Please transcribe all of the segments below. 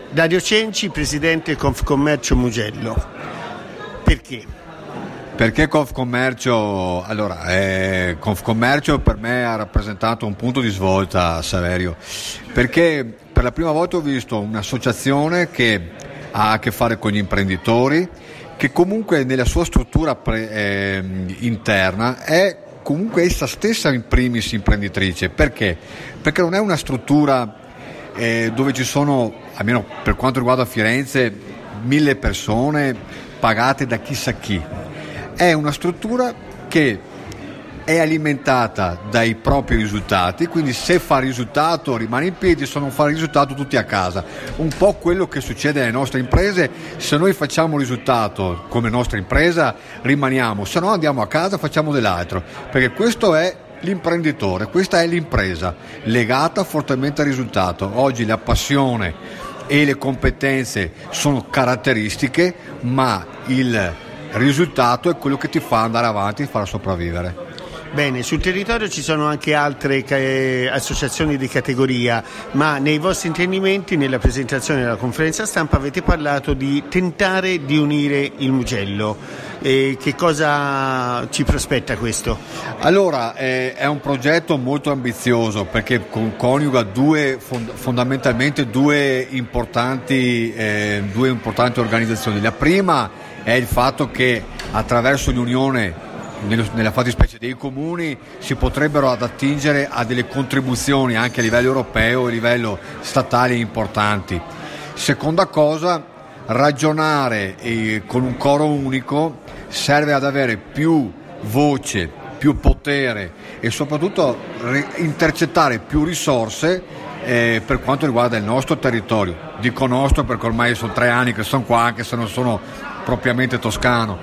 Dario Cenci, presidente Confcommercio Mugello. Perché? Perché Confcommercio? Allora, Confcommercio per me ha rappresentato un punto di svolta, Saverio, perché per la prima volta ho visto un'associazione che ha a che fare con gli imprenditori, che comunque nella sua struttura interna è comunque essa stessa in primis imprenditrice. Perché? Perché non è una struttura dove ci sono, almeno per quanto riguarda Firenze, 1000 persone pagate da chissà chi. È una struttura che è alimentata dai propri risultati, quindi se fa risultato rimane in piedi, se non fa risultato tutti a casa. Un po' quello che succede alle nostre imprese: se noi facciamo risultato come nostra impresa rimaniamo, se no andiamo a casa, facciamo dell'altro, perché questo è l'imprenditore, questa è l'impresa legata fortemente al risultato. Oggi la passione e le competenze sono caratteristiche, ma il risultato è quello che ti fa andare avanti e far sopravvivere. Bene, sul territorio ci sono anche altre associazioni di categoria, ma nei vostri intendimenti, nella presentazione della conferenza stampa, avete parlato di tentare di unire il Mugello. Che cosa ci prospetta questo? Allora, è un progetto molto ambizioso, perché coniuga fondamentalmente due importanti organizzazioni. La prima è il fatto che attraverso l'unione, nella fattispecie dei comuni, si potrebbero attingere a delle contribuzioni anche a livello europeo e a livello statale importanti. Seconda cosa, ragionare con un coro unico serve ad avere più voce, più potere e soprattutto intercettare più risorse per quanto riguarda il nostro territorio. Dico nostro perché ormai sono 3 anni che sono qua, anche se non sono propriamente toscano.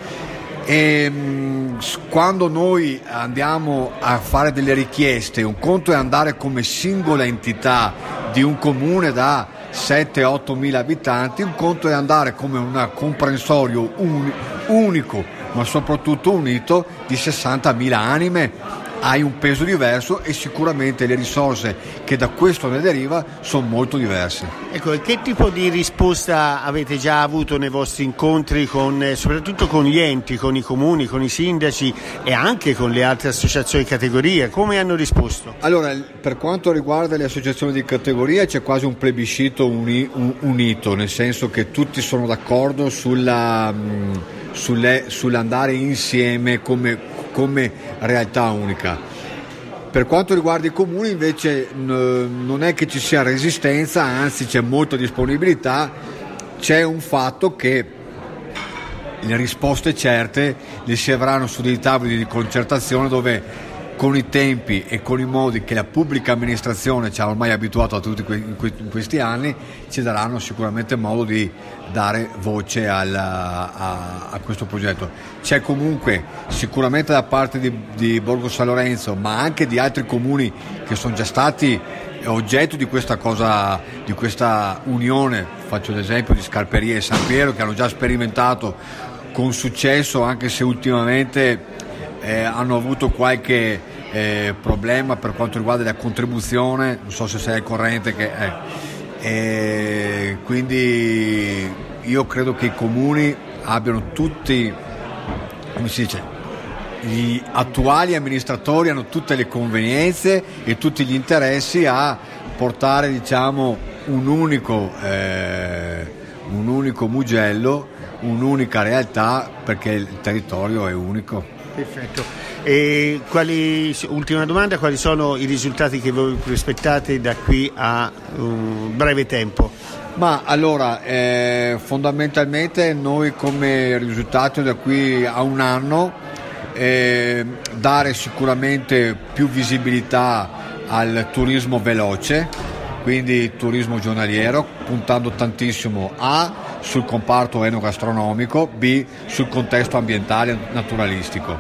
E quando noi andiamo a fare delle richieste, un conto è andare come singola entità di un comune da 7-8 mila abitanti, un conto è andare come un comprensorio unico, ma soprattutto unito, di 60.000 anime. Hai un peso diverso e sicuramente le risorse che da questo ne deriva sono molto diverse. Ecco, che tipo di risposta avete già avuto nei vostri incontri soprattutto con gli enti, con i comuni, con i sindaci e anche con le altre associazioni di categoria? Come hanno risposto? Allora, per quanto riguarda le associazioni di categoria c'è quasi un plebiscito unito, nel senso che tutti sono d'accordo sull'andare insieme come realtà unica. Per quanto riguarda i comuni invece non è che ci sia resistenza, anzi c'è molta disponibilità. C'è un fatto che le risposte certe le si avranno su dei tavoli di concertazione, dove con i tempi e con i modi che la pubblica amministrazione ci ha ormai abituato a tutti in questi anni, ci daranno sicuramente modo di dare voce a questo progetto. C'è comunque sicuramente da parte di Borgo San Lorenzo, ma anche di altri comuni che sono già stati oggetto di questa cosa, di questa unione. Faccio l'esempio di Scarperia e San Piero, che hanno già sperimentato con successo, anche se ultimamente hanno avuto qualche problema per quanto riguarda la contribuzione. Non so se sei al corrente quindi io credo che i comuni abbiano tutti, come si dice, gli attuali amministratori hanno tutte le convenienze e tutti gli interessi a portare, diciamo, un unico Mugello, un'unica realtà, perché il territorio è unico. Perfetto. E ultima domanda, quali sono i risultati che voi prospettate da qui a un breve tempo? Ma allora, fondamentalmente noi come risultato da qui a un anno dare sicuramente più visibilità al turismo veloce, quindi turismo giornaliero, puntando tantissimo sul comparto enogastronomico, sul contesto ambientale e naturalistico.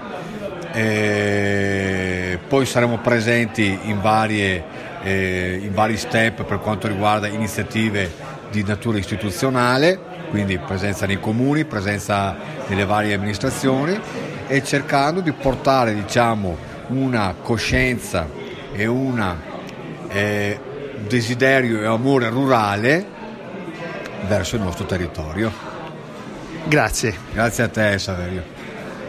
Poi saremo presenti in vari step per quanto riguarda iniziative di natura istituzionale, quindi presenza nei comuni, presenza nelle varie amministrazioni, e cercando di portare, diciamo, una coscienza e una desiderio e amore rurale verso il nostro territorio. Grazie. Grazie a te, Saverio.